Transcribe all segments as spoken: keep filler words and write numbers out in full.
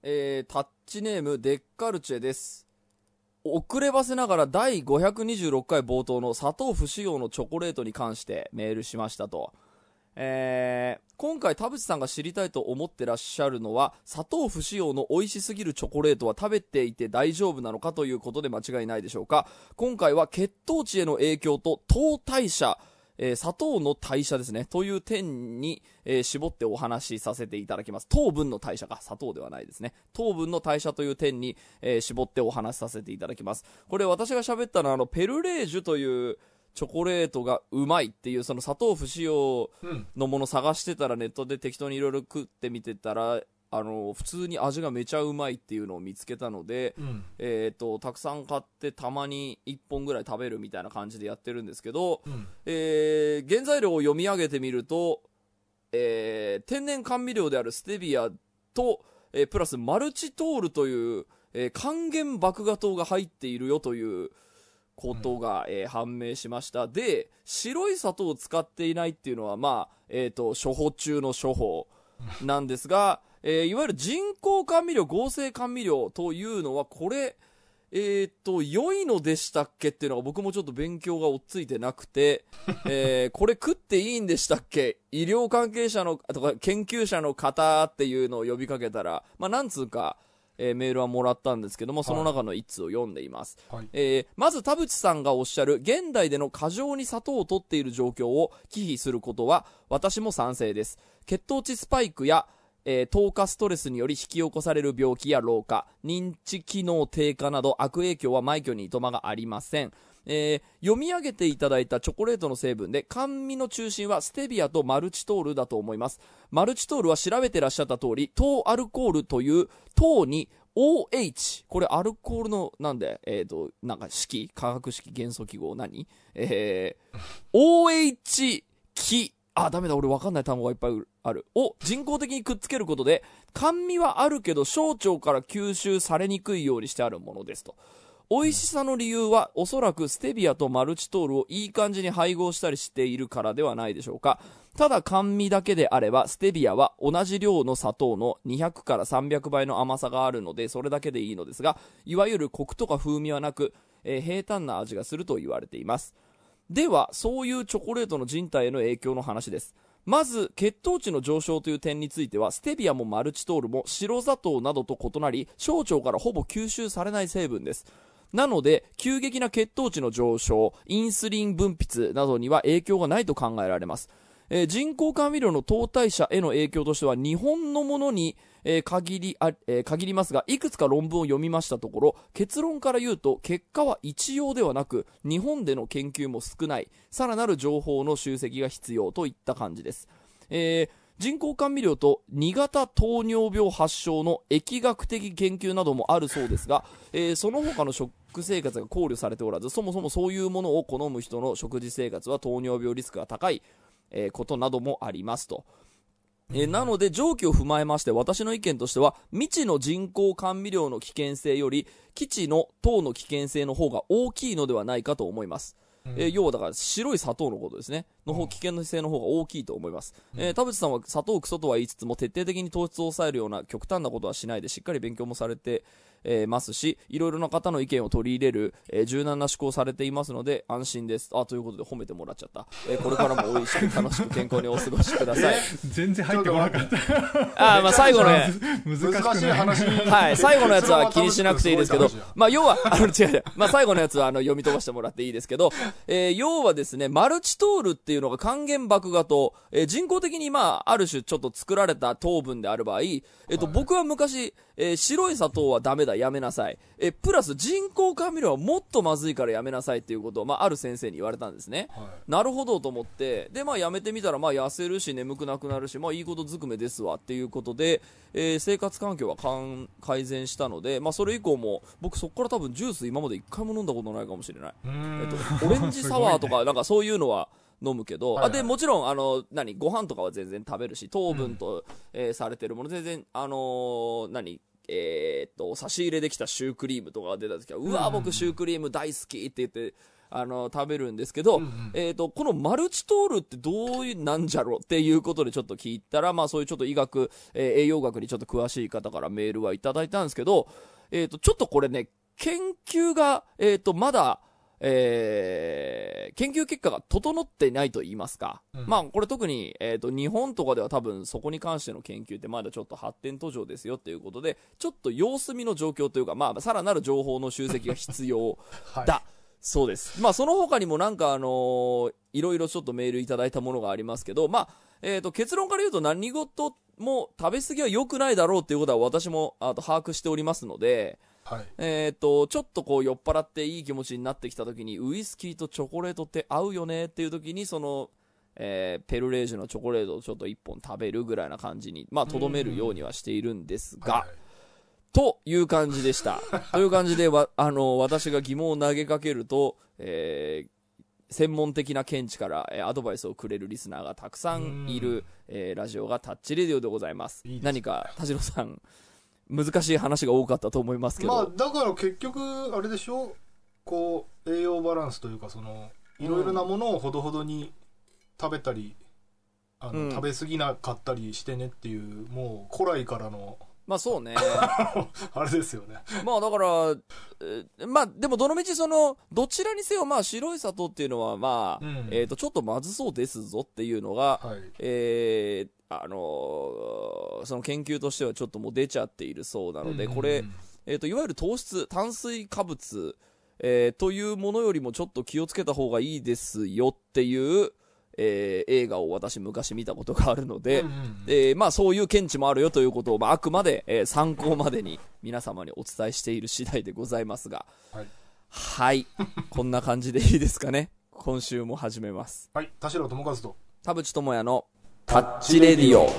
えー、タッチネームデッカルチェです。遅ればせながらだいごひゃくにじゅうろっかい冒頭の砂糖不使用のチョコレートに関してメールしましたと。えー、今回田淵さんが知りたいと思ってらっしゃるのは、砂糖不使用の美味しすぎるチョコレートは食べていて大丈夫なのかということで間違いないでしょうか。今回は血糖値への影響と糖代謝、えー、砂糖の代謝ですねという点に、えー、絞ってお話しさせていただきます。糖分の代謝か、砂糖ではないですね。糖分の代謝という点に、えー、絞ってお話しさせていただきます。これ私が喋ったのはあのペルレージュというチョコレートがうまいっていう、その砂糖不使用のもの探してたら、ネットで適当にいろいろ食ってみてたら、あの普通に味がめちゃうまいっていうのを見つけたので、うん、えーと、たくさん買ってたまにいっぽんぐらい食べるみたいな感じでやってるんですけど、うん、えー、原材料を読み上げてみると、えー、天然甘味料であるステビアと、えー、プラスマルチトールという、えー、還元麦芽糖が入っているよということが、えー、判明しました。で、白い砂糖を使っていないっていうのは、まあ、えーと、処方中の処方なんですが、えー、いわゆる人工甘味料、合成甘味料というのは、これ、えーと、良いのでしたっけっていうのが僕もちょっと勉強が追っついてなくて、えー、これ食っていいんでしたっけ、医療関係者の、とか研究者の方っていうのを呼びかけたら、まあ、なんつうか、えー、メールはもらったんですけども、その中の一通を読んでいます、はい。えー、まず田淵さんがおっしゃる現代での過剰に砂糖を取っている状況を忌避することは私も賛成です。血糖値スパイクや、えー、糖化ストレスにより引き起こされる病気や老化、認知機能低下など悪影響は枚挙にいとまがありません。えー、読み上げていただいたチョコレートの成分で甘味の中心はステビアとマルチトールだと思います。マルチトールは調べてらっしゃった通り、糖アルコールという糖に オーエイチ、 これアルコールのなんで、えーと、なんか式、化学式元素記号何、えー、オーエイチ 基、あ、ダメだ、俺分かんない単語がいっぱいある。を人工的にくっつけることで、甘味はあるけど小腸から吸収されにくいようにしてあるものですと。美味しさの理由はおそらくステビアとマルチトールをいい感じに配合したりしているからではないでしょうか。ただ甘味だけであればステビアは同じ量の砂糖のにひゃくからさんびゃくばいの甘さがあるので、それだけでいいのですが、いわゆるコクとか風味はなく、えー、平坦な味がすると言われています。ではそういうチョコレートの人体への影響の話です。まず血糖値の上昇という点については、ステビアもマルチトールも白砂糖などと異なり、小腸からほぼ吸収されない成分です。なので急激な血糖値の上昇、インスリン分泌などには影響がないと考えられます。えー、人工甘味料の糖代謝への影響としては日本のものに、えー、限りあ、えー、限りますが、いくつか論文を読みましたところ、結論から言うと結果は一様ではなく、日本での研究も少ない、さらなる情報の集積が必要といった感じです。えー人工甘味料とに型糖尿病発症の疫学的研究などもあるそうですが、えー、その他の食生活が考慮されておらず、そもそもそういうものを好む人の食事生活は糖尿病リスクが高い、えー、ことなどもありますと。えー、なので上記を踏まえまして私の意見としては、未知の人工甘味料の危険性より基地の糖の危険性の方が大きいのではないかと思います。えー、要はだから白い砂糖のことですねの方、危険性の方が大きいと思います。えー、田淵さんは砂糖クソとは言いつつも徹底的に糖質を抑えるような極端なことはしないで、しっかり勉強もされて、えー、ますし、いろいろな方の意見を取り入れる、えー、柔軟な思考をされていますので安心です。あ、ということで褒めてもらっちゃった。えー、これからも美味しく楽しく健康にお過ごしください。 全然入ってこなかった。 あ、まあ最後のね難しい話。 はい、最後のやつは気にしなくていいですけど、まあ要はあの違う違う、まあ最後のやつはあの読み飛ばしてもらっていいですけど、えー、要はですね、マルチトールっていうのが還元麦芽糖、えー、人工的にまあある種ちょっと作られた糖分である場合、えっと、はい、僕は昔、えー、白い砂糖はダメだ、やめなさい、えー、プラス人工甘味料はもっとまずいからやめなさいっていうことを、まあ、ある先生に言われたんですね、はい、なるほどと思って、で、まあ、やめてみたら、まあ、痩せるし眠くなくなるし、まあ、いいことずくめですわっていうことで、えー、生活環境は改善したので、まあ、それ以降も僕そこから多分ジュース今まで一回も飲んだことないかもしれない。えっと、オレンジサワーとかなんかそういうのは飲むけど、はいはい、あでもちろんあの何ご飯とかは全然食べるし、糖分と、うん、えー、されてるもの全然あのー、何えー、っと差し入れできたシュークリームとかが出た時は、うん、うわ僕シュークリーム大好きって言って、 あの食べるんですけど、 うんうん、 えーと、このマルチトールってどういうなんじゃろっていうことでちょっと聞いたら、まあそういうちょっと医学、えー、栄養学にちょっと詳しい方からメールはいただいたんですけど、えーと、ちょっとこれね、研究が、えーと、まだ、えー、研究結果が整っていないと言いますか、うん、まあこれ特に、えーと、日本とかでは多分そこに関しての研究ってまだちょっと発展途上ですよっていうことで、ちょっと様子見の状況というか、まあさらなる情報の集積が必要だ、はい、そうです。まあその他にもなんかあのー、いろいろちょっとメールいただいたものがありますけど、まあ、えーと、結論から言うと何事も食べ過ぎは良くないだろうっていうことは私もあと把握しておりますので、はい、えーと、ちょっとこう酔っ払っていい気持ちになってきた時にウイスキーとチョコレートって合うよねっていう時にその、えー、ペルレージュのチョコレートをちょっといっぽん食べるぐらいな感じにまあとどめるようにはしているんですが、はい、という感じでしたという感じでわあの私が疑問を投げかけると、えー専門的な見地から、えー、アドバイスをくれるリスナーがたくさんいる、えー、ラジオがタッチレディオでございます。いいですね。何か田代さん難しい話が多かったと思いますけど、 まあだから結局あれでしょ、こう栄養バランスというかそのいろいろなものをほどほどに食べたり、あの、うん、食べ過ぎなかったりしてねっていうもう古来からのまあそうねあれですよね。 まあだから、えまあでもどのみちそのどちらにせよまあ白い砂糖っていうのはまあ、うん、えっとちょっとまずそうですぞっていうのが、はい、えー、あのー、その研究としてはちょっともう出ちゃっているそうなので、うんうんうん、これ、えーといわゆる糖質炭水化物、えー、というものよりもちょっと気をつけた方がいいですよっていうえー、映画を私昔見たことがあるので、うんうんうん、えー、まあそういう見地もあるよということを、まあ、あくまで、えー、参考までに皆様にお伝えしている次第でございますが、はい、はい、こんな感じでいいですかね。今週も始めます。 はい、田代智和と田淵智也のタッチレディオ。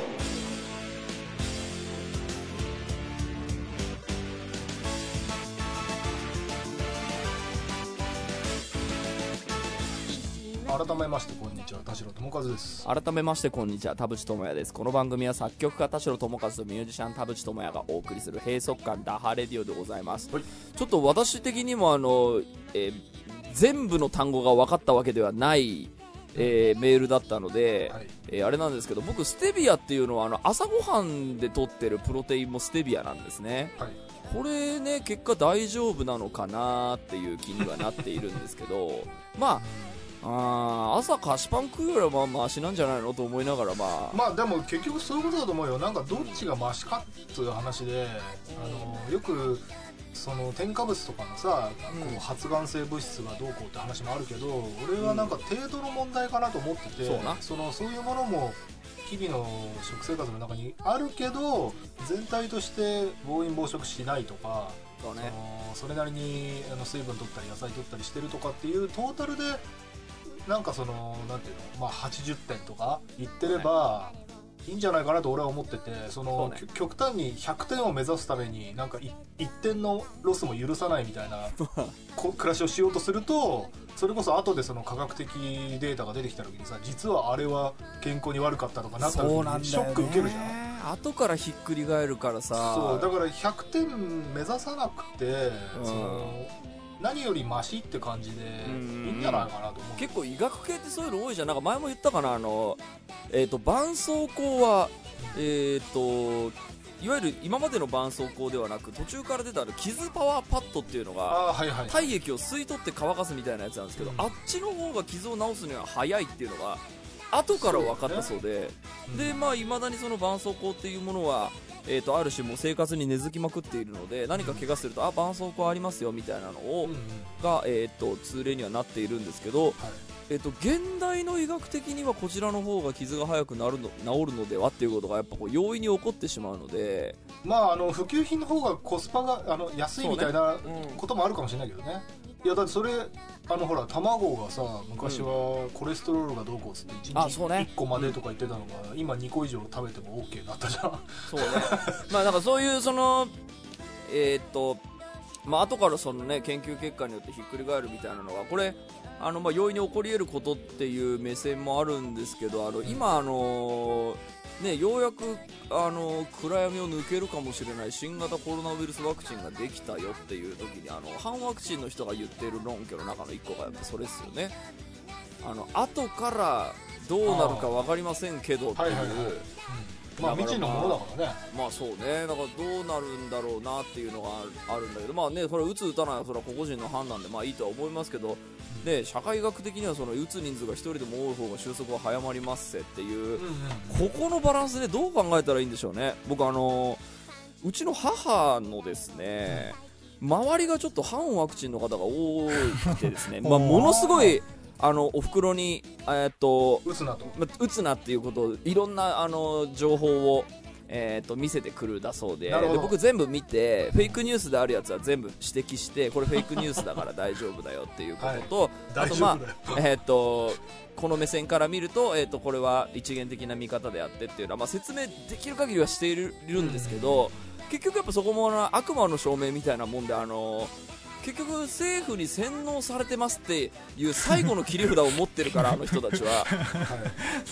改めましてこんにちは、田代智和です。 改めましてこんにちは、田淵智也です。この番組は作曲家田代智和とミュージシャン田淵智也がお送りする閉塞感打破レディオでございます、はい、ちょっと私的にもあの、えー、全部の単語が分かったわけではない、えー、メールだったので、はい、えー、あれなんですけど、僕ステビアっていうのはあの朝ごはんで取ってるプロテインもステビアなんですね、はい、これね結果大丈夫なのかなっていう気にはなっているんですけどまああ朝菓子パン食うよりはまあマシなんじゃないのと思いながら、まあまあでも結局そういうことだと思うよ。なんかどっちがマシかっていう話で、あのよくその添加物とかのさ、うん、こう発がん性物質がどうこうって話もあるけど、俺はなんか程度の問題かなと思ってて、うん、そうな、そのそういうものも日々の食生活の中にあるけど全体として暴飲暴食しないとか、そうね、そのそれなりにあの水分取ったり野菜取ったりしてるとかっていうトータルでなんかそのなんていうの、まあはちじゅってんとかいってればいいんじゃないかなと俺は思ってて、そのそ、ね、極端にひゃくてんを目指すためになんかいってんのロスも許さないみたいな暮らしをしようとすると、それこそ後でその科学的データが出てきた時にさ、実はあれは健康に悪かったとかなった時にショック受けるじゃん。 後からひっくり返るからさ、 そうだからひゃくてん目指さなくて、うん、その何よりマシって感じでいいんじゃないかなと思う。 結構医学系ってそういうの多いじゃん。なんか前も言ったかな、あのえっ、ー、と絆創膏はえっ、ー、といわゆる今までの絆創膏ではなく途中から出たあの傷パワーパッドっていうのが、はいはい、体液を吸い取って乾かすみたいなやつなんですけど、うん、あっちの方が傷を治すには早いっていうのが後から分かったそうで、そうね、でまあ未だにその絆創膏っていうものはえー、とある種もう生活に根付きまくっているので、何か怪我すると、うん、あ絆創膏ありますよみたいなのを、うんうん、が、えー、と通例にはなっているんですけど、はい、えー、と現代の医学的にはこちらの方が傷が早くなるの治るのではっていうことがやっぱこう容易に起こってしまうので、 まああの普及品の方がコスパがあの安いみたいなこともあるかもしれないけどね。いやだってそれあのほら卵がさ昔はコレステロールがどうこうっつっていちにちいっこまでとか言ってたのが、うん、今にこ以上食べても OK になったじゃん。 そうねまあなんかそういうそのえー、っとまあ後からそのね研究結果によってひっくり返るみたいなのはこれあのまあ容易に起こり得ることっていう目線もあるんですけど、あの今あのね、ようやくあの暗闇を抜けるかもしれない新型コロナウイルスワクチンができたよっていう時にあの反ワクチンの人が言っている論拠の中のいっこがやっぱそれですよね。あの後からどうなるか分かりませんけどっていう、 まあ未知のものだからね。 まあそうね、だからどうなるんだろうなっていうのがあるんだけど、まあね、それ打つ打たないはそれは個々人の判断でまあいいとは思いますけど、で社会学的にはその打つ人数がひとりでも多い方が収束は早まりますせっていう、うんうん、ここのバランスでどう考えたらいいんでしょうね。僕あのうちの母のですね、周りがちょっと反ワクチンの方が多くてですねまあものすごいあのお袋に、えー、っと打つなと、 ま、打つなっていうことをいろんなあの情報を、えー、っと見せてくるだそう で, で僕全部見てフェイクニュースであるやつは全部指摘してこれフェイクニュースだから大丈夫だよっていうことと、はい、あとまあえー、っとこの目線から見ると、えー、っとこれは一元的な見方であってっていうのは、まあ、説明できる限りはしているんですけど、うん、結局やっぱそこも悪魔の証明みたいなもんであの結局政府に洗脳されてますっていう最後の切り札を持ってるからあの人たちは、はい、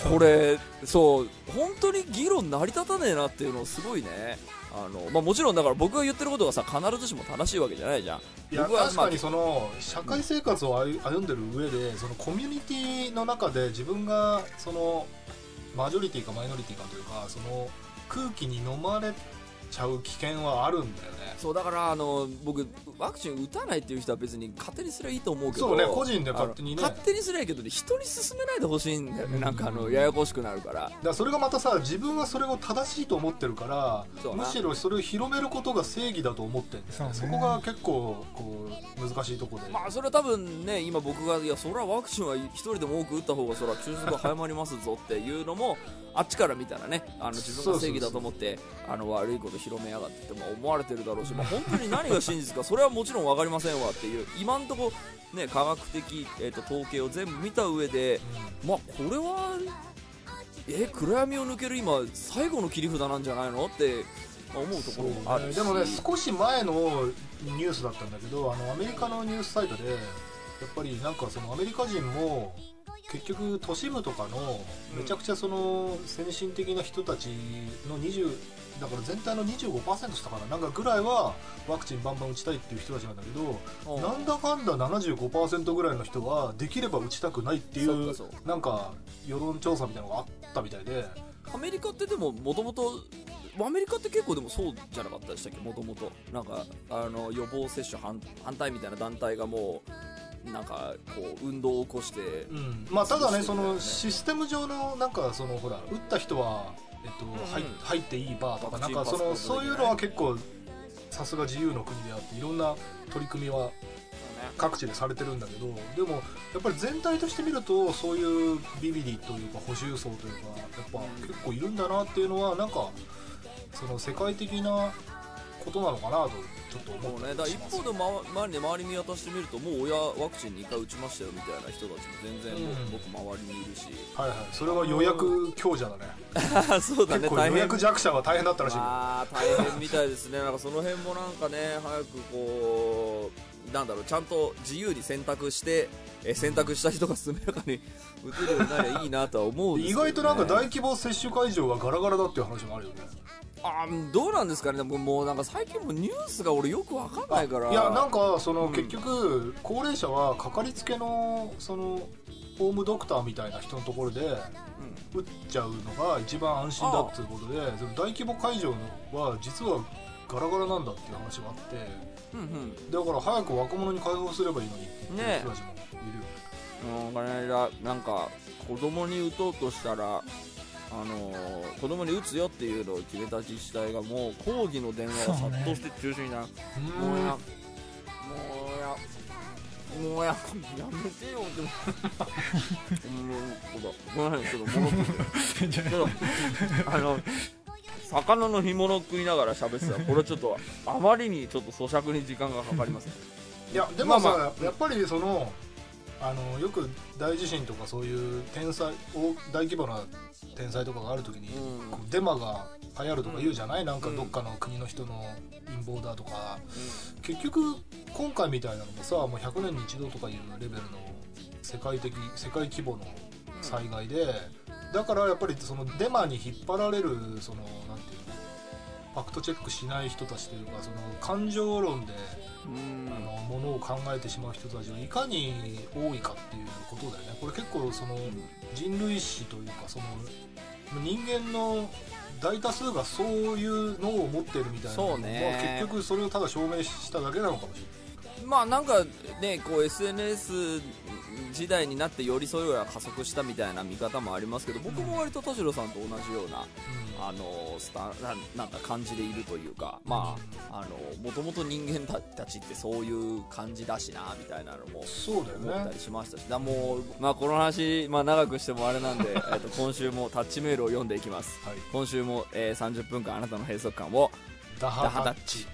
これそう本当に議論成り立たねえなっていうのをすごいねあの、まあ、もちろんだから僕が言ってることがさ必ずしも正しいわけじゃないじゃん。 いや確かにその社会生活を歩んでる上でそのコミュニティの中で自分がそのマジョリティかマイノリティかというかその空気に飲まれちゃう危険はあるんだよね。 そうだからあの僕ワクチン打たないっていう人は別に勝手にすればいいと思うけど、 そうね個人で勝手にね勝手にすればいいけど、ね、人に勧めないでほしいんだよね、うん、なんかあのややこしくなるから。だからそれがまたさ自分はそれを正しいと思ってるからむしろそれを広めることが正義だと思ってるんだよね。 そ, そこが結構こう難しいところで、 まあそれは多分ね今僕がいやそれはワクチンは一人でも多く打った方がそれは収束が早まりますぞっていうのもあっちから見たらねあの自分が正義だと思ってあの悪いこと広めやがってって思われてるだろうし、まあ、本当に何が真実かそれはもちろん分かりませんわっていう今んとこね科学的、えー、と統計を全部見た上で、まあこれはえ暗闇を抜ける今最後の切り札なんじゃないのって思うところもあるし、 ね、でもね少し前のニュースだったんだけどあのアメリカのニュースサイトでやっぱりなんかそのアメリカ人も結局都市部とかのめちゃくちゃその先進的な人たちのにじゅうだから全体の にじゅうごパーセント したかななんかぐらいはワクチンバンバン打ちたいっていう人たちなんだけどなんだかんだ ななじゅうごパーセント ぐらいの人はできれば打ちたくないっていうなんか世論調査みたいなのがあったみたいでアメリカってでももともとアメリカって結構でもそうじゃなかったでしたっけもともとなんかあの予防接種 反, 反対みたいな団体がもうなんかこう運動を起こして、 うんまあ、ただねそのシステム上のなんかそのほら打った人は、えっとうん入、入っていいバーとかなんかそのそういうのは結構さすが自由の国であっていろんな取り組みは各地でされてるんだけどでもやっぱり全体として見るとそういうビビリというか補充層というかやっぱ結構いるんだなっていうのはなんかその世界的なことなのかなとちょっと思ったりします。 ね、だ一方で周りで周り見渡してみるともう親ワクチンにかい打ちましたよみたいな人たちも全然、うん、僕周りにいるしはいはいそれは予約強者だねそうだね結構予約弱者は大変だったらしいああ大変みたいですねなんかその辺もなんかね早くこうなんだろうちゃんと自由に選択してえ選択した人が速やかに打てるようになればいいなとは思うんですけど、ね、 意外となんか大規模接種会場がガラガラだっていう話もあるよね。 あどうなんですかねもうなんか最近もニュースが俺よく分かんないからいやなんかその、うん、結局高齢者はかかりつけのそのホームドクターみたいな人のところで打っちゃうのが一番安心だっていうことでその大規模会場は実はガラガラなんだっていう話があって、うんうん、だから早く若者に開放すればいいのにっていう人たちもいるよね。 うん、この間なんか子供に打とうとしたらあのー、子供に打つよっていうのを決めた自治体がもう抗議の電話が殺到して中止になる、ね、もうやもうやもうややめてよってもうごめんなさいちょっと物食ってるあの魚の干物を食いながら喋ってたらこれちょっとあまりにちょっと咀嚼に時間がかかりますねいやでもさ、まあまあ、やっぱりそのあのよく大地震とかそういう天災大規模な天災とかがあるときに、うん、デマが流行るとか言うじゃない、うん、なんかどっかの国の人の陰謀だとか、うん、結局今回みたいなのもさもうひゃくねんに一度とかいうレベルの世界的世界規模の災害で、 だからやっぱりそのデマに引っ張られるそのなんていうのファクトチェックしない人たちというかその感情論でうんあのものを考えてしまう人たちがいかに多いかっていうことだよね。これ結構その人類史というかその人間の大多数がそういうのを持ってるみたいな。 そうね、 まあ、結局それをただ証明しただけなのかもしれない。 まあなんかねこう エスエヌエス 時代になってよりそういうのが加速したみたいな見方もありますけど、僕も割と田代さんと同じような、うん、あのスタななんか感じでいるというか、まああのもともと人間たちってそういう感じだしなみたいなのもそうだよね思ったりしましたし、だもうまあこの話、まあ、長くしてもあれなんでえっと今週もタッチメールを読んでいきます、はい、今週も、えー、さんじゅっぷんかんあなたの閉塞感をダハタッチ。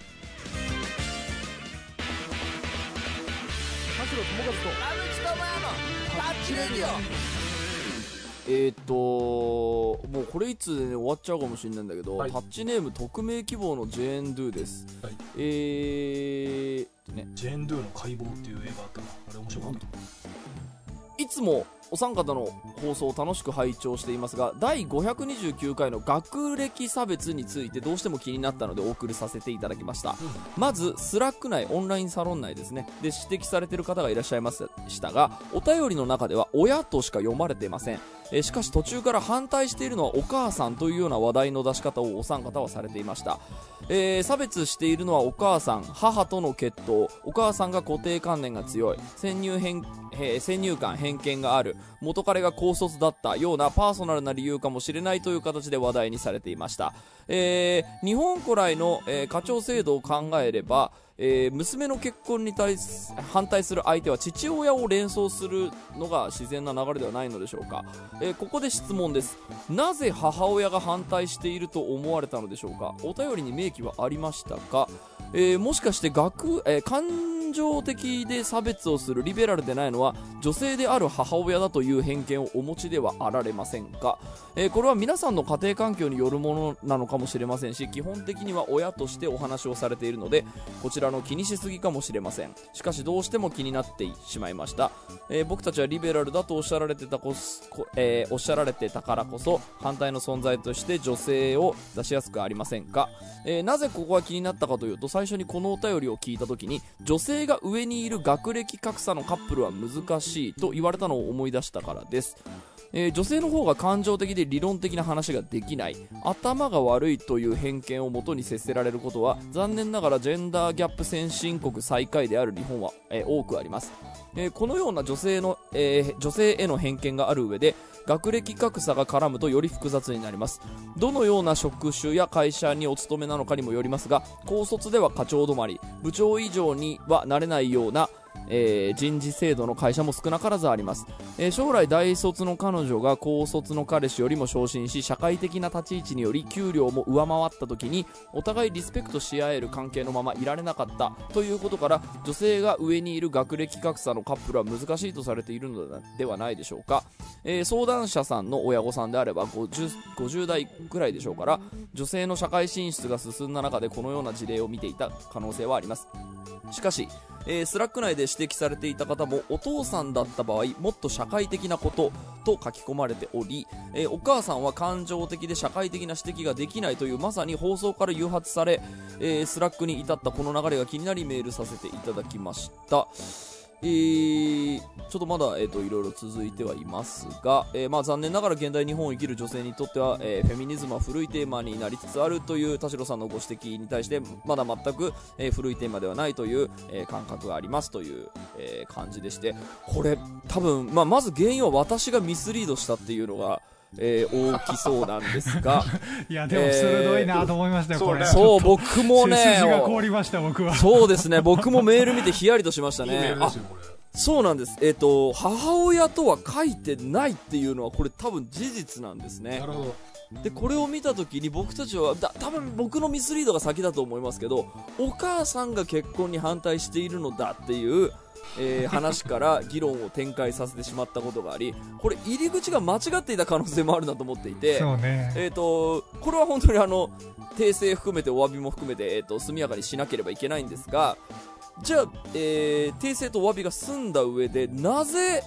田代友和と田口智也のタッチレディオ。えー、っともうこれいつで、ね、終わっちゃうかもしれないんだけど、はい、タッチネーム匿名希望のジェーン・ドゥです、はい、えー、ね、 ジェーン・ドゥの解剖っていう映画あったな、あれ面白かった。 いつもお三方の放送を楽しく拝聴していますが、だいごひゃくにじゅうきゅうかいの学歴差別についてどうしても気になったのでお送りさせていただきました、うん、まずスラック内、オンラインサロン内ですねで指摘されている方がいらっしゃいましたが、お便りの中では親としか読まれていません。えしかし途中から反対しているのはお母さんというような話題の出し方をお三方はされていました。えー、差別しているのはお母さん、母との血統、お母さんが固定観念が強い、先入偏、えー、先入観偏見がある、元彼が高卒だったようなパーソナルな理由かもしれないという形で話題にされていました。えー、日本古来の、えー、家長制度を考えれば、えー、娘の結婚に対す反対する相手は父親を連想するのが自然な流れではないのでしょうか。えー、ここで質問です。なぜ母親が反対していると思われたのでしょうか。お便りに明記はありましたか。えー、もしかして学、えー、感情的で差別をするリベラルでないのは女性である母親だという偏見をお持ちではあられませんか。えー、これは皆さんの家庭環境によるものなのかもしれませんし、基本的には親としてお話をされているのでこちらの気にしすぎかもしれません。しかしどうしても気になってしまいました。えー、僕たちはリベラルだとおっしゃられてたここ、えー、おっしゃられてたからこそ反対の存在として女性を出しやすくありませんか。えー、なぜここが気になったかというと、最初にこのお便りを聞いた時に女性が上にいる学歴格差のカップルは難しいと言われたのを思い出したからです。えー、女性の方が感情的で理論的な話ができない、頭が悪いという偏見をもとに接せられることは残念ながらジェンダーギャップ先進国最下位である日本は、えー、多くあります。えー、このような女性の、えー、女性への偏見がある上で学歴格差が絡むとより複雑になります。どのような職種や会社にお勤めなのかにもよりますが、高卒では課長止まり、部長以上にはなれないようなえー、人事制度の会社も少なからずあります。えー、将来大卒の彼女が高卒の彼氏よりも昇進し、社会的な立ち位置により給料も上回った時にお互いリスペクトし合える関係のままいられなかったということから、女性が上にいる学歴格差のカップルは難しいとされているのではないでしょうか。えー、相談者さんの親御さんであれば 50, ごじゅう代くらいでしょうから、女性の社会進出が進んだ中でこのような事例を見ていた可能性はあります。しかしえー、スラック内で指摘されていた方も、お父さんだった場合もっと社会的なことと書き込まれており、えー、お母さんは感情的で社会的な指摘ができないという、まさに放送から誘発され、えー、スラックに至ったこの流れが気になりメールさせていただきました。えー、ちょっとまだ、えー、といろいろ続いてはいますが、えーまあ、残念ながら現代日本を生きる女性にとっては、えー、フェミニズムは古いテーマになりつつあるという田代さんのご指摘に対してまだ全く、えー、古いテーマではないという、えー、感覚がありますという、えー、感じでして、これ多分、まあ、まず原因は私がミスリードしたっていうのがえー、大きそうなんですがいやでも鋭いなと思いましたよ、えー、これそう、僕もね背筋が凍りました。僕はそうですね、僕もメール見てヒヤリとしましたね。 いいメールですよこれ。 そうなんです。えっ、ー、と母親とは書いてないっていうのはこれ多分事実なんですね。 なるほど。 でこれを見た時に僕たちはだ多分僕のミスリードが先だと思いますけど、お母さんが結婚に反対しているのだっていうえー、話から議論を展開させてしまったことがあり、これ入り口が間違っていた可能性もあるなと思っていて、 そうね、 えーとこれは本当にあの訂正含めてお詫びも含めて、えーと速やかにしなければいけないんですが、じゃあ、えー、訂正とお詫びが済んだ上でなぜ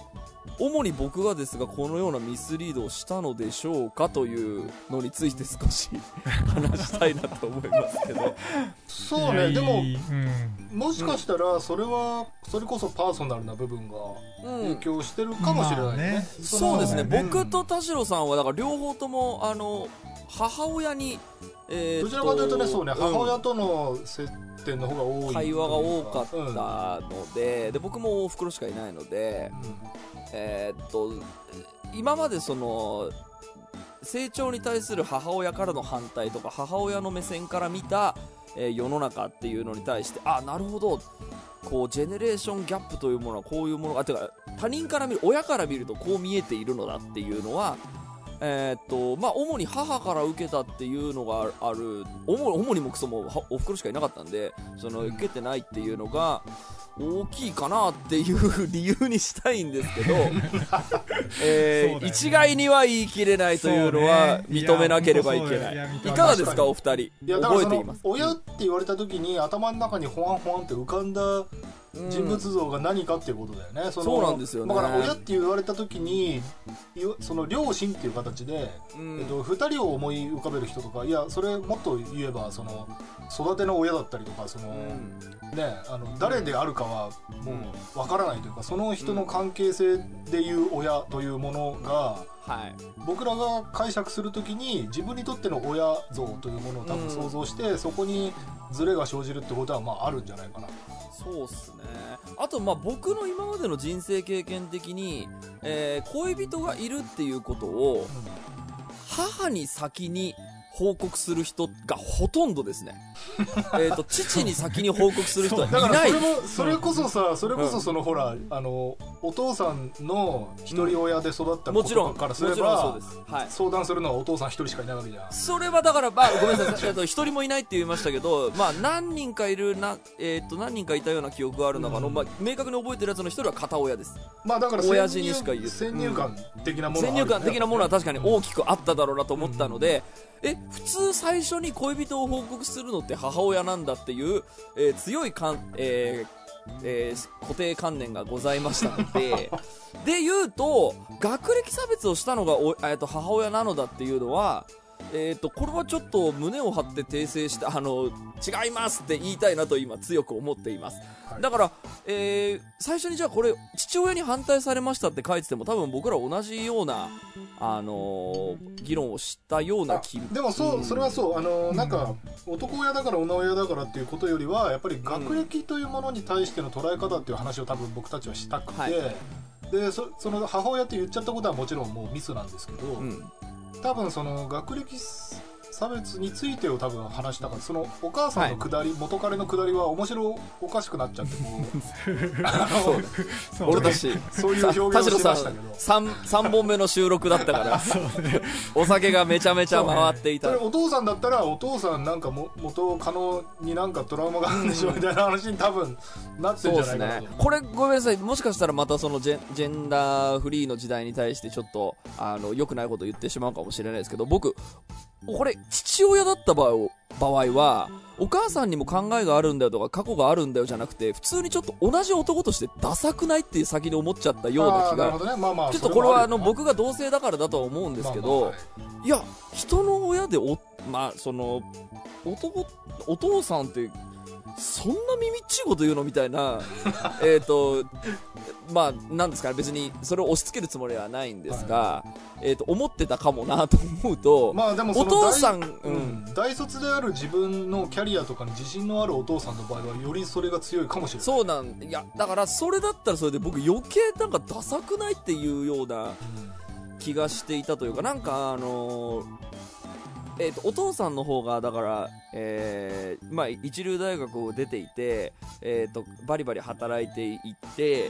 主に僕がですがこのようなミスリードをしたのでしょうかというのについて少し話したいなと思いますけどそうね、でも、 うん、 もしかしたらそれはそれこそパーソナルな部分が影響してるかもしれないね、うんまあね、 そそうですね、うん、僕と田代さんはだから両方ともあの母親に、えー、 どちらかというとね、そうね、うん、母親との接点の方が多い会話が多かったので、うん、で僕もおふくろしかいないので、うんえー、っと今までその成長に対する母親からの反対とか母親の目線から見た、えー、世の中っていうのに対してあなるほどこうジェネレーションギャップというものはこういうものがてか他人から見る親から見るとこう見えているのだっていうのはえーっとまあ、主に母から受けたっていうのがある 主, 主にもクソもおふくろしかいなかったんでその受けてないっていうのが大きいかなっていう理由にしたいんですけど、えーね、一概には言い切れないというのは認めなければいけない。 い, いかがですかお二人。いやだからその親って言われた時に頭の中にホワンホワンって浮かんだ人物像が何かっていうことだよね、うん、そのそうなんですよね。 だから親って言われた時にその両親っていう形で、うんえっと、ふたりを思い浮かべる人とかいやそれもっと言えばその育ての親だったりとかその、うんね、あの誰であるかはもうわからないというかその人の関係性でいう親というものが、はい、僕らが解釈するときに自分にとっての親像というものを多分想像して、うん、そこにズレが生じるってことはまああるんじゃないかな。 そうっすね。あとまあ僕の今までの人生経験的に、えー、恋人がいるっていうことを母に先に報告する人がほとんどですねえと父に先に報告する人はいない。 だからそれもそれこそさそれこそその、うん、ほらあのお父さんの一人親で育った子とかからすれば、はい、相談するのはお父さん一人しかいないわけじゃん。 それはだからまあごめんなさい一人もいないって言いましたけどまあ何人かいるな、えー、と何人かいたような記憶がある中の、うんまあ、明確に覚えてるやつの一人は片親です。 まあだから親父にしか言う先入観的なものはある、ね、 先入観的なものは確かに大きくあっただろうなと思ったので、うん、え普通最初に恋人を報告するのって母親なんだっていう、えー、強いかん、えーえー、固定観念がございましたのでで言うと学歴差別をしたのがお、えー、と母親なのだっていうのは、えー、とこれはちょっと胸を張って訂正してあの違いますって言いたいなと今強く思っています、はい、だから、えー、最初にじゃあこれ父親に反対されましたって書いてても多分僕ら同じようなあのー、議論をしたような気でもそう、うん、それはそうあのー、なんか男親だから女親だからっていうことよりはやっぱり学歴というものに対しての捉え方っていう話を多分僕たちはしたくて、はい、で そ, その母親って言っちゃったことはもちろんもうミスなんですけど、うん、多分その学歴差別についてを多分話したからそのお母さんの下り、はい、元彼の下りは面白おかしくなっちゃってもうそう俺たちそういう表現をしてましたけど 3, さんぼんめの収録だったからね、お酒がめちゃめちゃ回っていた、 ね、お父さんだったらお父さんなんかも元カノになんかトラウマがあるんでしょみたいな話に多分なってるんじゃないかなと、ね、 これごめんなさいもしかしたらまたそのジ ェ, ジェンダーフリーの時代に対してちょっとあの良くないことを言ってしまうかもしれないですけど僕これ父親だった場合場合はお母さんにも考えがあるんだよとか過去があるんだよじゃなくて普通にちょっと同じ男としてダサくないっていう先に思っちゃったような気が、ねまあまあ、ちょっとこれはあの僕が同性だからだとは思うんですけど、まあまあはい、いや人の親でお、まあ、その男お父さんってそんな耳っちいこと言うのみたいなえっとまあなんですかね別にそれを押し付けるつもりはないんですが、はいえー、と思ってたかもなと思うと、 まあ、でもそのお父さん、 うん、大卒である自分のキャリアとかに自信のあるお父さんの場合はよりそれが強いかもしれない。 そうなんいやだからそれだったらそれで僕余計なんかダサくないっていうような気がしていたというかなんかあのーえー、とお父さんの方がだから、えーまあ、一流大学を出ていて、えー、とバリバリ働いていって、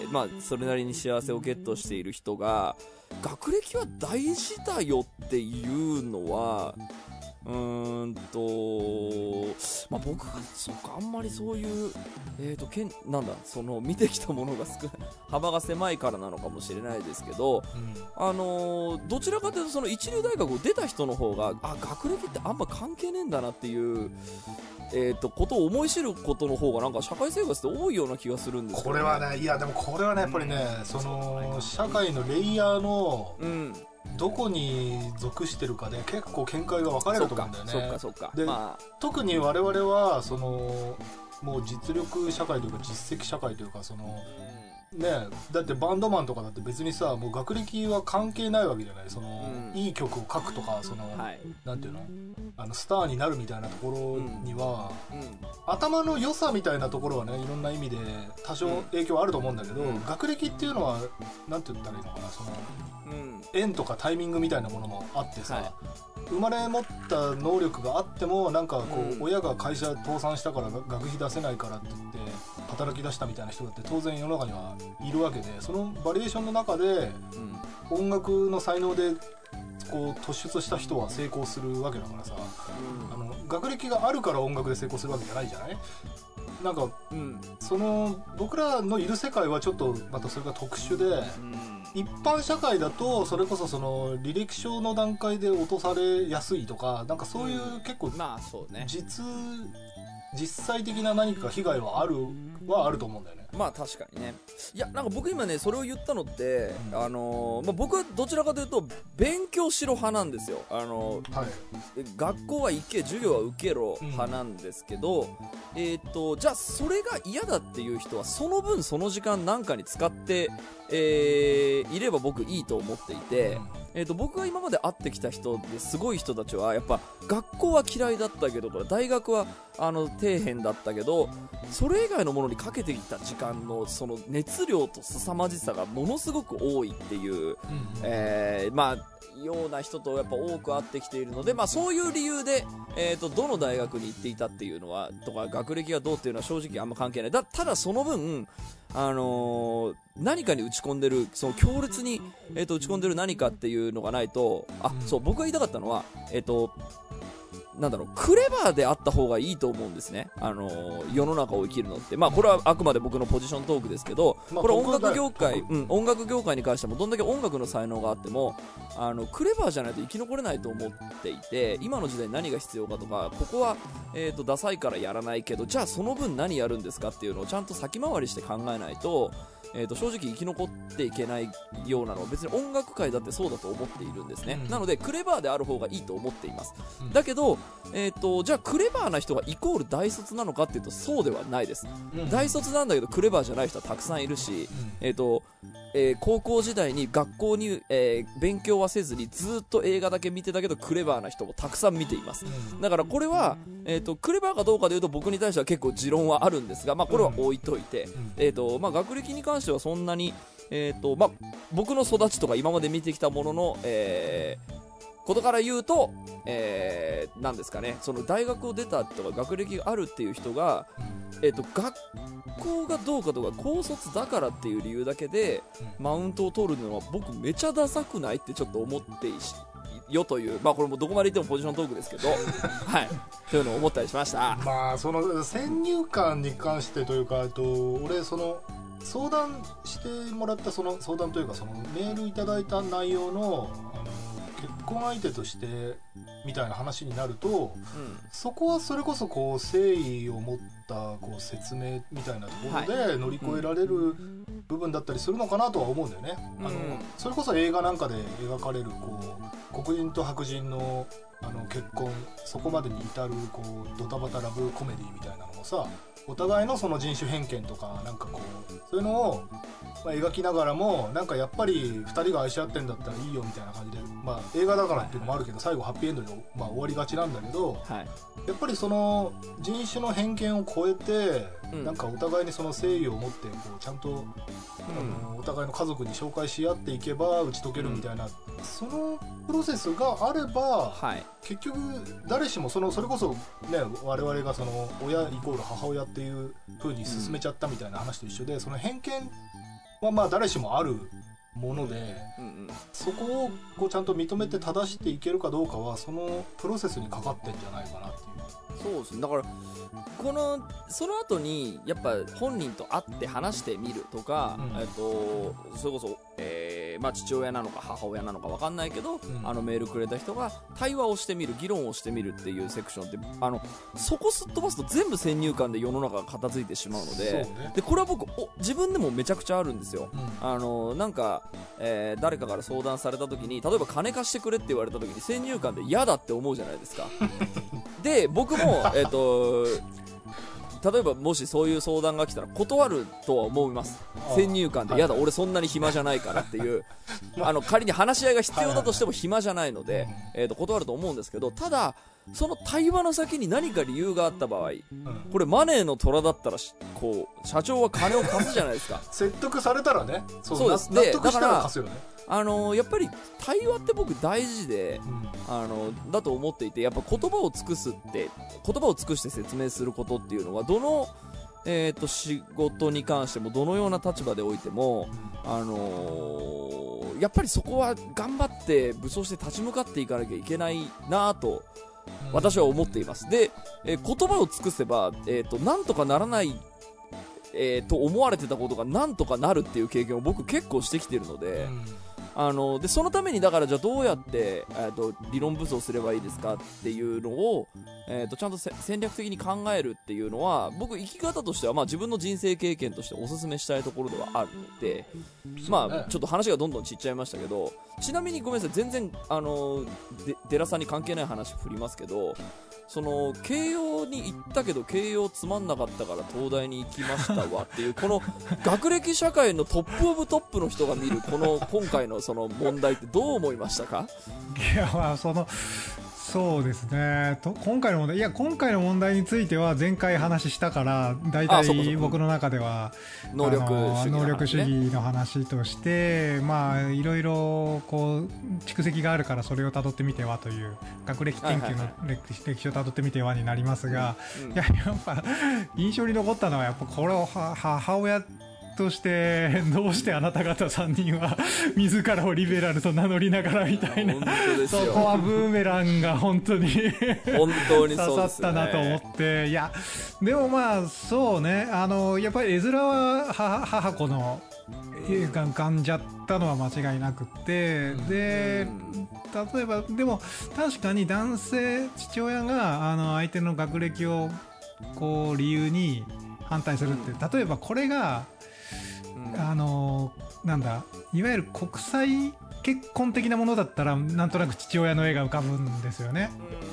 まあ、それなりに幸せをゲットしている人が学歴は大事だよっていうのはうーんと、まあ、僕がそうかあんまりそういう、えーとけんなんだその見てきたものが少ない幅が狭いからなのかもしれないですけど、 うん、 あのー、どちらかというとその一流大学を出た人の方があ学歴ってあんま関係ねえんだなっていう、えー、とことを思い知ることの方がなんか社会生活って多いような気がするんですよね。 これはね、いやでもこれはねやっぱりね、うん、その社会のレイヤーの、うんどこに属してるかで結構見解が分かれると思うんだよね。 そっかそっか。 で、 まあ、 特に我々はそのもう実力社会というか実績社会というかその、ね、だってバンドマンとかだって別にさもう学歴は関係ないわけじゃない。その、うん、いい曲を書くとかその、はい、なんていうのあのスターになるみたいなところには、うんうん、頭の良さみたいなところはねいろんな意味で多少影響あると思うんだけど、うん、学歴っていうのはなんて言ったらいいのかなその、うん、縁とかタイミングみたいなものもあってさ、はい、生まれ持った能力があってもなんかこう、うん、親が会社倒産したから学費出せないからって言って働き出したみたいな人だって当然世の中にはいるわけでそのバリエーションの中で、うん、音楽の才能でこう突出した人は成功するわけだからさ、うん、あの学歴があるから音楽で成功するわけじゃないじゃないなんか、うん、その僕らのいる世界はちょっとまたそれが特殊で、うん、一般社会だとそれこそその履歴書の段階で落とされやすいとかなんかそういう結構、うんまあそうね、実実際的な何か被害はあるはあると思うんだよね。 まあ確かにね。いやなんか僕今ねそれを言ったのって、うん、あのーまあ、僕はどちらかというと勉強しろ派なんですよ。あのーはい、学校は行け授業は受けろ派なんですけど、うん、えー、とじゃあそれが嫌だっていう人はその分その時間なんかに使って、えー、いれば僕いいと思っていて、うんえー、と僕が今まで会ってきた人ですごい人たちはやっぱ学校は嫌いだったけど大学はあの底辺だったけどそれ以外のものにかけてきた時間のその熱量と凄まじさがものすごく多いっていう、うんえー、まあような人とやっぱ多く会ってきているので、まあ、そういう理由で、えー、とどの大学に行っていたっていうのはとか学歴がどうっていうのは正直あんま関係ない。だただその分、あのー、何かに打ち込んでるその強烈に、えー、と打ち込んでる何かっていうのがないとあそう僕が言いたかったのは、えーとなんだろうクレバーであった方がいいと思うんですね、あのー、世の中を生きるのって、まあ、これはあくまで僕のポジショントークですけど、まあ、これは音楽業界、うん、音楽業界に関してもどんだけ音楽の才能があってもあのクレバーじゃないと生き残れないと思っていて今の時代何が必要かとかここは、えーと、ダサいからやらないけどじゃあその分何やるんですかっていうのをちゃんと先回りして考えないとえー、と正直生き残っていけないようなのは別に音楽界だってそうだと思っているんですね、うん、なのでクレバーである方がいいと思っています、うん、だけど、えー、とじゃあクレバーな人がイコール大卒なのかっていうとそうではないです、うん、大卒なんだけどクレバーじゃない人はたくさんいるし、うんえーとえー、高校時代に学校に、えー、勉強はせずにずっと映画だけ見てたけどクレバーな人もたくさん見ています、うん、だからこれは、えー、とクレバーかどうかでいうと僕に対しては結構持論はあるんですが、まあ、これは置いといて、うんえーとまあ、学歴に関してはそんなに、えーとまあ、僕の育ちとか今まで見てきたものの、えーことから言うと、えー、なんですかねその大学を出たとか学歴があるっていう人が、えーと、学校がどうかとか高卒だからっていう理由だけでマウントを取るのは僕めちゃダサくないってちょっと思っていいしよという、まあこれもどこまで言ってもポジショントークですけどはいというのを思ったりしました。 まあその先入観に関してというかと俺その相談してもらったその相談というかそのメールいただいた内容のあの結婚相手としてみたいな話になると、うん、そこはそれこそこう誠意を持ったこう説明みたいなところで乗り越えられる部分だったりするのかなとは思うんだよね、うん、あのそれこそ映画なんかで描かれるこう黒人と白人のあの結婚そこまでに至るこうドタバタラブコメディみたいなのもさお互いのその人種偏見とかなんかこうそういうのをまあ描きながらもなんかやっぱりふたりが愛し合ってんだったらいいよみたいな感じで、まあ、映画だからっていうのもあるけど最後ハッピーエンドで、まあ、終わりがちなんだけど、はい、やっぱりその人種の偏見を超えて、うん、なんかお互いにその誠意を持ってこうちゃんと、うん、あのお互いの家族に紹介し合っていけば打ち解けるみたいな、うん、そのプロセスがあれば、はい、結局誰しもそのそれこそね我々がその親イコール母親っていう風に進めちゃったみたいな話と一緒で、うん、その偏見はまあ誰しもあるもので、 うんうん、 そこをこうちゃんと認めて正していけるかどうかはそのプロセスにかかってんじゃないかなっていう。 そうですね。だからこのその後にやっぱ本人と会って話してみるとか、うん、えっとそれこそ、えーまあ、父親なのか母親なのか分かんないけど、うん、あのメールくれた人が対話をしてみる、議論をしてみるっていうセクションって、あのそこすっ飛ばすと全部先入観で世の中が片付いてしまうので、ね、でこれは僕お自分でもめちゃくちゃあるんですよ、うん、あのなんか、えー、誰かから相談された時に、例えば金貸してくれって言われた時に先入観で嫌だって思うじゃないですかで僕もえっと例えばもしそういう相談が来たら断るとは思います。先入観で、やだ俺そんなに暇じゃないからっていうあの仮に話し合いが必要だとしても暇じゃないので、えー、と断ると思うんですけど、ただその対話の先に何か理由があった場合、これマネーの虎だったらこう社長は金を貸すじゃないですか説得されたらね、そう、 そうです納得したら貸すよね。 あのー、やっぱり対話って僕大事で、うん、あのだと思っていて、やっぱ言葉を尽くすって言葉を尽くして説明することっていうのはどの、えー、と仕事に関してもどのような立場でおいても、あのー、やっぱりそこは頑張って武装して立ち向かっていかなきゃいけないなと私は思っています。で、えー、言葉を尽くせば、えー、となんとかならないえー、と思われてたことがなんとかなるっていう経験を僕結構してきてるので、うん、あのでそのためにだからじゃあどうやって、えー、と理論武装すればいいですかっていうのを、えー、とちゃんと戦略的に考えるっていうのは僕生き方としては、まあ、自分の人生経験としておすすめしたいところではあるので、まあ、ちょっと話がどんどんちっちゃいましたけど、ちなみにごめんなさい全然あのでデラさんに関係ない話振りますけど、その慶応に行ったけど慶応つまんなかったから東大に行きましたわっていうこの学歴社会のトップオブトップの人が見るこの今回のその問題ってどう思いましたか？ いやまあそのそうですねと今回の問題いや今回の問題については前回話したから大体僕の中では能力主義の話ね、 能力主義の話としてまあいろいろこう蓄積があるからそれをたどってみてはという学歴研究の歴史、歴史をたどってみてはになりますが、うんうん、いややっぱ印象に残ったのはやっぱこれを母親としてどうしてあなた方さんにんは自らをリベラルと名乗りながらみたいな、そこはブーメランが本当に本当にそう刺ですねさったなと思って、いやでもまあそうね、あのやっぱり絵面は母、母子のがんがんじゃったのは間違いなくって、で例えばでも確かに男性父親があの相手の学歴をこう理由に反対するって、例えばこれがあのなんだいわゆる国際結婚的なものだったらなんとなく父親の絵が浮かぶんですよね。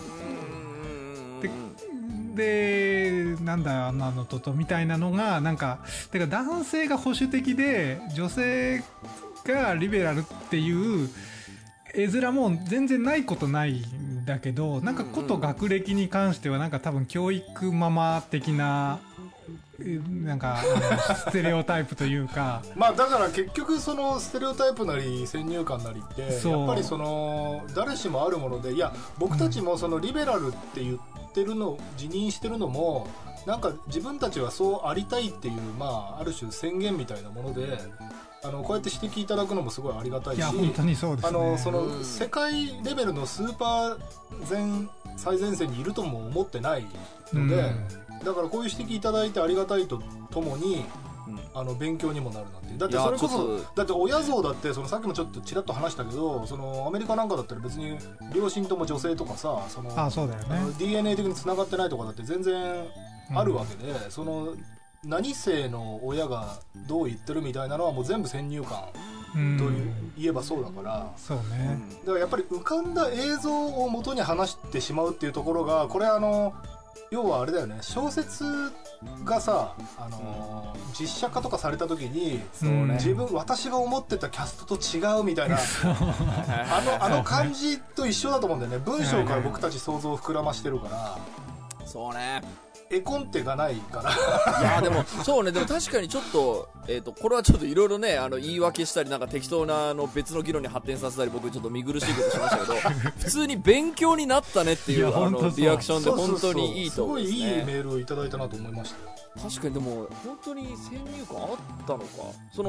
で、でなんだあんなのととみたいなのがなんかてか男性が保守的で女性がリベラルっていう絵面も全然ないことないんだけど、なんかこと学歴に関してはなんか多分教育ママ的ななんかあのステレオタイプというかまあだから結局そのステレオタイプなり先入観なりってやっぱりその誰しもあるもので、いや僕たちもそのリベラルって言ってるの自認してるのもなんか自分たちはそうありたいっていうまあある種宣言みたいなもので、あのこうやって指摘いただくのもすごいありがたいし、 いや本当にそうですね、 あのその世界レベルのスーパー前最前線にいるとも思ってないので、だからこういう指摘いただいてありがたいとともに、うん、あの勉強にもなるなって。だってそれこそだって親像だってそのさっきもちょっとちらっと話したけど、そのアメリカなんかだったら別に両親とも女性とかさ、そのあそうだよね、 あの ディーエヌエー 的に繋がってないとかだって全然あるわけで、うん、その何性の親がどう言ってるみたいなのはもう全部先入観という言えばそうだから、 そうね、 だからやっぱり浮かんだ映像を元に話してしまうっていうところが、これあの要はあれだよね、小説がさ、あのー、実写化とかされた時に、そうね、自分私が思ってたキャストと違うみたいなあのあの感じと一緒だと思うんだよね。文章から僕たち想像を膨らましてるから、 そうね、 絵コンテがないからいやでもそうね、でも確かにちょっと、えーとこれはちょっといろいろね、あの言い訳したりなんか適当なあの別の議論に発展させたり僕ちょっと見苦しいことしましたけど普通に勉強になったねっていうあのリアクションで本当にいいと思いますね。 すごいいいメールをいただいたなと思いましたよ。 確かにでも本当に先入観あったのか、その、うん、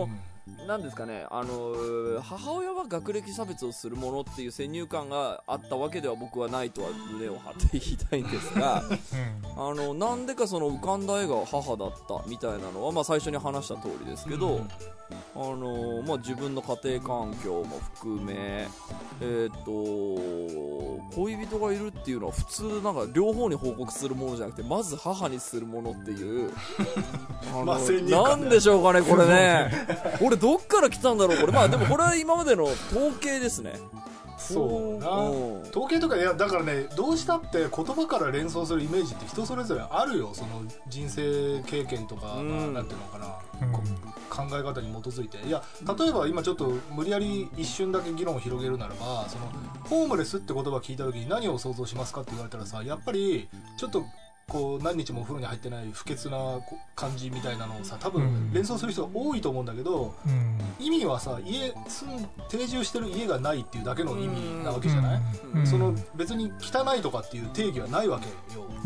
なんですかね、あの母親は学歴差別をするものっていう先入観があったわけでは僕はないとは胸を張って言いたいんですがあのなんでかその浮かんだ絵が母だったみたいなのは、まあ、最初に話した通りですけど、うん、あのまあ、自分の家庭環境も含め、えー、と恋人がいるっていうのは普通なんか両方に報告するものじゃなくてまず母にするものっていうあの、まあ、なんでしょうかねこれね俺どっから来たんだろうこれ。まあでもこれは今までの統計ですね。 そうな、統計とか、いやだからね、どうしたって言葉から連想するイメージって人それぞれあるよ。その人生経験とか、うん、なんていうのかな、うん、考え方に基づいて。いや例えば今ちょっと無理やり一瞬だけ議論を広げるならば、そのホームレスって言葉聞いた時に何を想像しますかって言われたらさ、やっぱりちょっとこう何日もお風呂に入ってない不潔な感じみたいなのをさ、多分連想する人が多いと思うんだけど、うん、意味はさ、家住ん定住してる家がないっていうだけの意味なわけじゃない、うん、その別に汚いとかっていう定義はないわけよ、うん、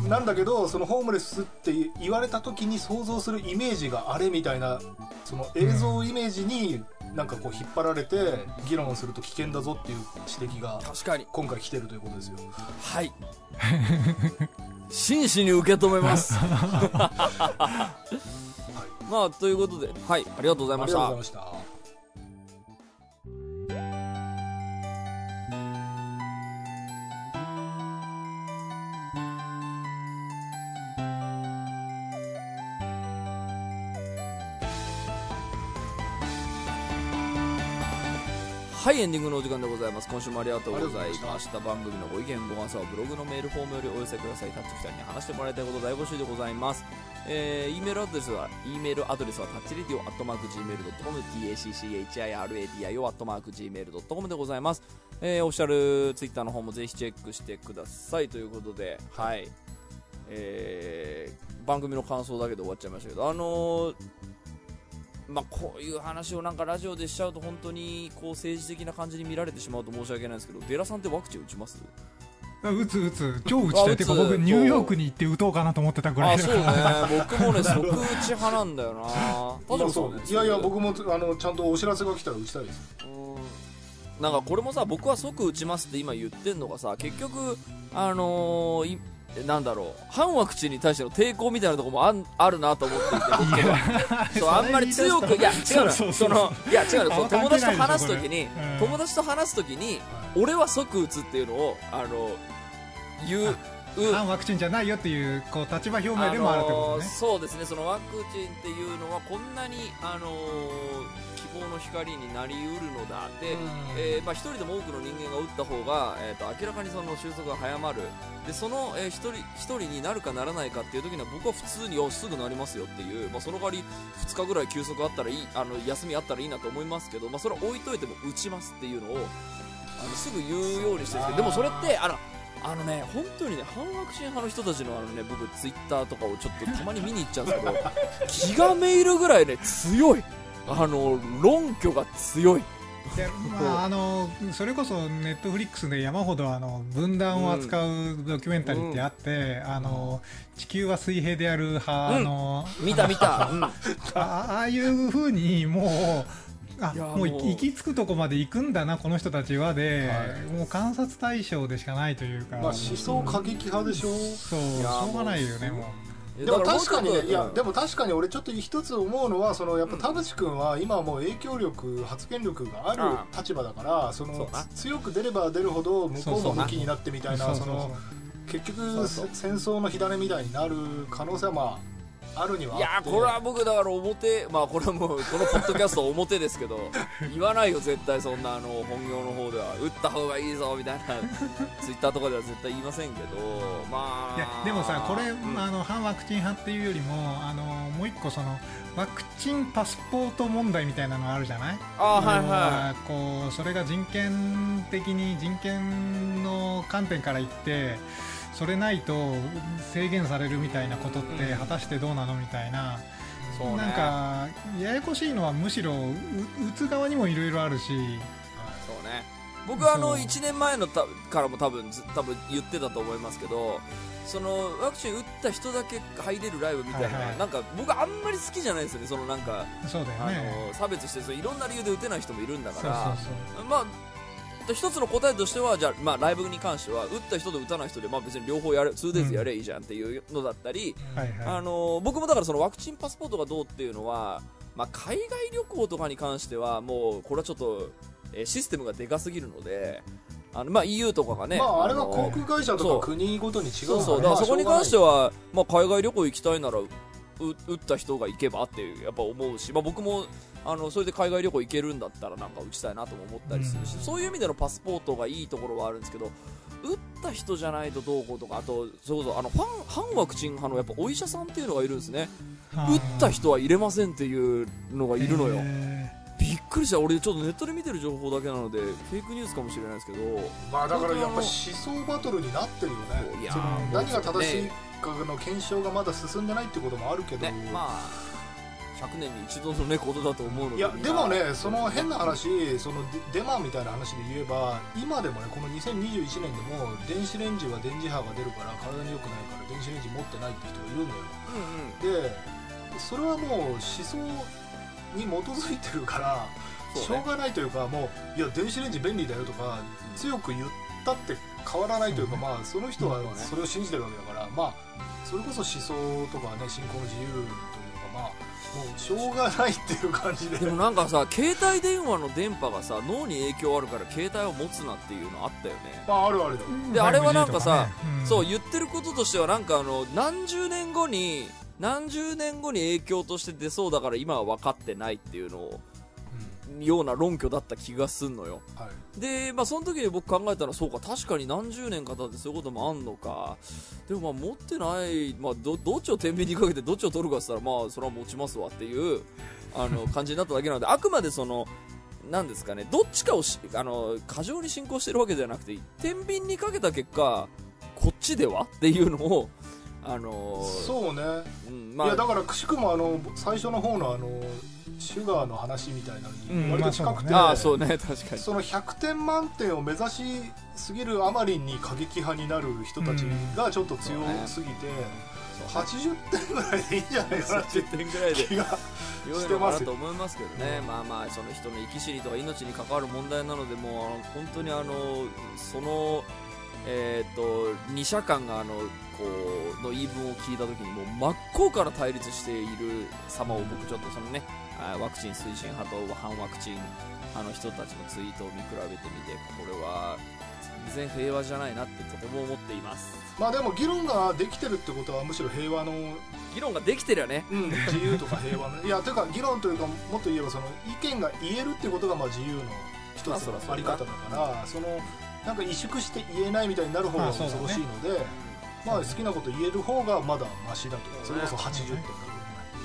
なんだけどそのホームレスって言われた時に想像するイメージがあれみたいな、その映像イメージになんかこう引っ張られて議論をすると危険だぞっていう指摘が今回来てるということですよ。 はい真摯に受け止めますはい、まあということで、はい、ありがとうございました。 ありがとうございました。 はい、エンディングのお時間でございます。今週もありがとうございました。番組のご意見ご感想はブログのメールフォームよりお寄せください。タッチふたりに話してもらいたいこと大募集でございます。えー、E メールアドレスは E メールアドレスはタッチレディオアットマーク ジーメールドットコム タッチ レディオ アットマーク ジーメールドットコム でございます。えー、オフィシャルツイッターの方もぜひチェックしてくださいということで、はい、えー、番組の感想だけで終わっちゃいましたけど、あのーまあ、こういう話をなんかラジオでしちゃうと本当にこう政治的な感じに見られてしまうと申し訳ないんですけど、デラさんってワクチン打ちます？ 打つ打つ超打ちたい。てか僕ニューヨークに行って打とうかなと思ってたぐらい。 あ、そうね僕もね即打ち派なんだよな。 まあそうね、いやいや僕もあのちゃんとお知らせが来たら打ちたいです。 うん、なんかこれもさ、僕は即打ちますって今言ってんのがさ、結局あのーなんだろう、反ワクチンに対しての抵抗みたいなところも あ, あるなと思っていて、僕はそうあんまり強く、いや違うの、そのいや違うの、その友達と話すときに、うん、友達と話すときに、俺は即打つっていうのをあの言う。 反ワクチンじゃないよっていう、こう立場表明でもあるってことね。 そうですね、そのワクチンっていうのはこんなにあの希望の光になりうるのだで、えーまあ、一人でも多くの人間が打った方が、えー、と明らかにその収束が早まる。でその、えー、一人一人になるかならないかっていう時には僕は普通によすぐなりますよっていう、まあ、その代わりふつかぐらい休息あったらいい、あの休みあったらいいなと思いますけど、まあ、それは置いといても打ちますっていうのをあのすぐ言うようにしてるんですけど、でもそれってあのあのね、本当にね、反ワクチン派の人たちのあのね、僕ツイッターとかをちょっとたまに見に行っちゃうんですけど気がめいるぐらいね強い、あの論拠が強い。 でまあ、あのそれこそネットフリックスで山ほどあの分断を扱うドキュメンタリーってあって、うん、あの地球は水平である派の、 うん、見た見た、うん、 あ, ああいう風にもうあもう行き着くとこまで行くんだなこの人たちはで、はい、もう観察対象でしかないというか、まあ、 思想過激派でしょ、うん、 そうしょうがないよねもう。 でも確かにね、いやでも確かに俺ちょっと一つ思うのは、そのやっぱ田淵君は今はもう影響力発言力がある立場だから、その強く出れば出るほど向こうも向きになってみたいな、その結局戦争の火種みたいになる可能性はまああるにはあって、 いやこれは僕だから表、まあこれはもうこのポッドキャスト表ですけど言わないよ絶対、そんなあの本業の方では打った方がいいぞみたいなツイッターとかでは絶対言いませんけど、まあいやでもさこれ、うん、あの反ワクチン派っていうよりもあのもう一個そのワクチンパスポート問題みたいなのがあるじゃない。 あ、はいはい、 こうそれが人権的に人権の観点から言ってそれないと制限されるみたいなことって果たしてどうなのみたいな、そうね、なんかややこしいのはむしろ打つ側にもいろいろあるし、そうね、僕はあのいちねんまえのたからも多分多分言ってたと思いますけど、 そのワクチン打った人だけ入れるライブみたいな、 はいはい、 なんか僕あんまり好きじゃないですよね。そのなんかそうだよね、 あの差別してそのいろんな理由で打てない人もいるんだから、 そうそうそう、 まあ一つの答えとしてはじゃあ、まあ、ライブに関しては打った人と打たない人で、まあ、別に両方やる ツーデイズ やればいいじゃんっていうのだったり、 うんはいはい、 あの僕もだからそのワクチンパスポートがどうっていうのは、まあ、海外旅行とかに関してはもうこれはちょっと、えー、システムがでかすぎるので、あのまあ、イーユー とかがね、 まあ、あれは航空会社とか国ごとに違うから、 そうそう、だからそこに関しては、まあ、海外旅行行きたいならう打った人が行けばっていうやっぱ思うし、まあ、僕もあのそれで海外旅行行けるんだったらなんか打ちたいなとも思ったりするし、うん、そういう意味でのパスポートがいいところはあるんですけど、打った人じゃないとどうこうとか、あとそれこそあのファン反ワクチン派のやっぱお医者さんっていうのがいるんですね。打った人は入れませんっていうのがいるのよ。びっくりした。俺ちょっとネットで見てる情報だけなのでフェイクニュースかもしれないですけど、 まあだからやっぱ思想バトルになってるよね。いや何が正しいかの検証がまだ進んでないってこともあるけど、 ね、まあひゃくねんに一度の、ね、ことだと思うので、 いやでもね、その変な話、そのデマみたいな話で言えば、今でもね、このにせんにじゅういちねんでも電子レンジは電磁波が出るから体に良くないから電子レンジ持ってないって人がいるんだよ、うんうん、でそれはもう思想に基づいてるからしょうがないというか、もういや電子レンジ便利だよとか強く言ったって変わらないというか、まあその人はそれを信じてるわけだから、まあそれこそ思想とかね、信仰の自由というか、まあもうしょうがないっていう感じで。 でもなんかさ、携帯電話の電波がさ脳に影響あるから携帯を持つなっていうのあったよね。 まああるあるだ。 であれはなんかさ、ね、そう言ってることとしてはなんかあの何十年後に何十年後に影響として出そうだから今は分かってないっていうのを、うん、ような論拠だった気がすんのよ、はい、でまあその時に僕考えたらそうか、確かに何十年か経ってそういうこともあんのか。でもまあ持ってない、まあ、ど, どっちを天秤にかけてどっちを取るかって言ったら、まあそれは持ちますわっていうあの感じになっただけなので、あくまでそのなんですかね、どっちかをしあの過剰に進行してるわけじゃなくて、天秤にかけた結果こっちではっていうのをあのー、 そうね、うんまあ、いやだからくしくもあの最初の方のあのシュガーの話みたいなのに割と近くて、 ああそうね、確かにそのひゃくてん満点を目指しすぎるあまりに過激派になる人たちがちょっと強すぎて、うん、はちじゅってんぐらいでいいんじゃないかなっていう気がしてますよ。 と思いますけどね、うん、まあまあその人の生き死にとか命に関わる問題なので、もう本当にあのそのえー、とに社間があのこうの言い分を聞いたときにもう真っ向から対立している様を僕ちょっとそのねワクチン推進派と反ワクチン派の人たちのツイートを見比べてみて、これは全然平和じゃないなってとても思っています。 まあでも議論ができてるってことはむしろ平和の議論ができてるよね、 うん、自由とか平和のいやというか議論というかもっと言えばその意見が言えるってことがまあ自由の一つのあり方だから、そのなんか萎縮して言えないみたいになる方が恐ろしいので、まあ好きなこと言える方がまだマシだと、それこそはちじゅってんだろうね。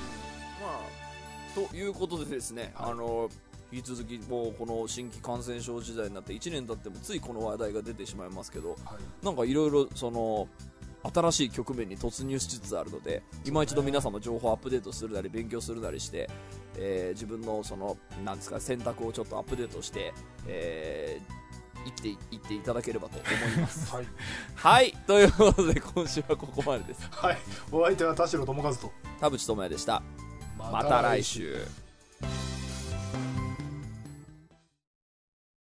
まあということでですね、はい、あの引き続きもうこの新規感染症時代になっていちねん経ってもついこの話題が出てしまいますけど、はい、なんかいろいろその新しい局面に突入しつつあるので、今一度皆さんも情報アップデートするなり勉強するなりして、えー、自分のそのなんですか選択をちょっとアップデートして、えー生きていっていただければと思いますはい、はい、ということで今週はここまでです。 はい、お相手は田代智和と田淵智也でした。また来週。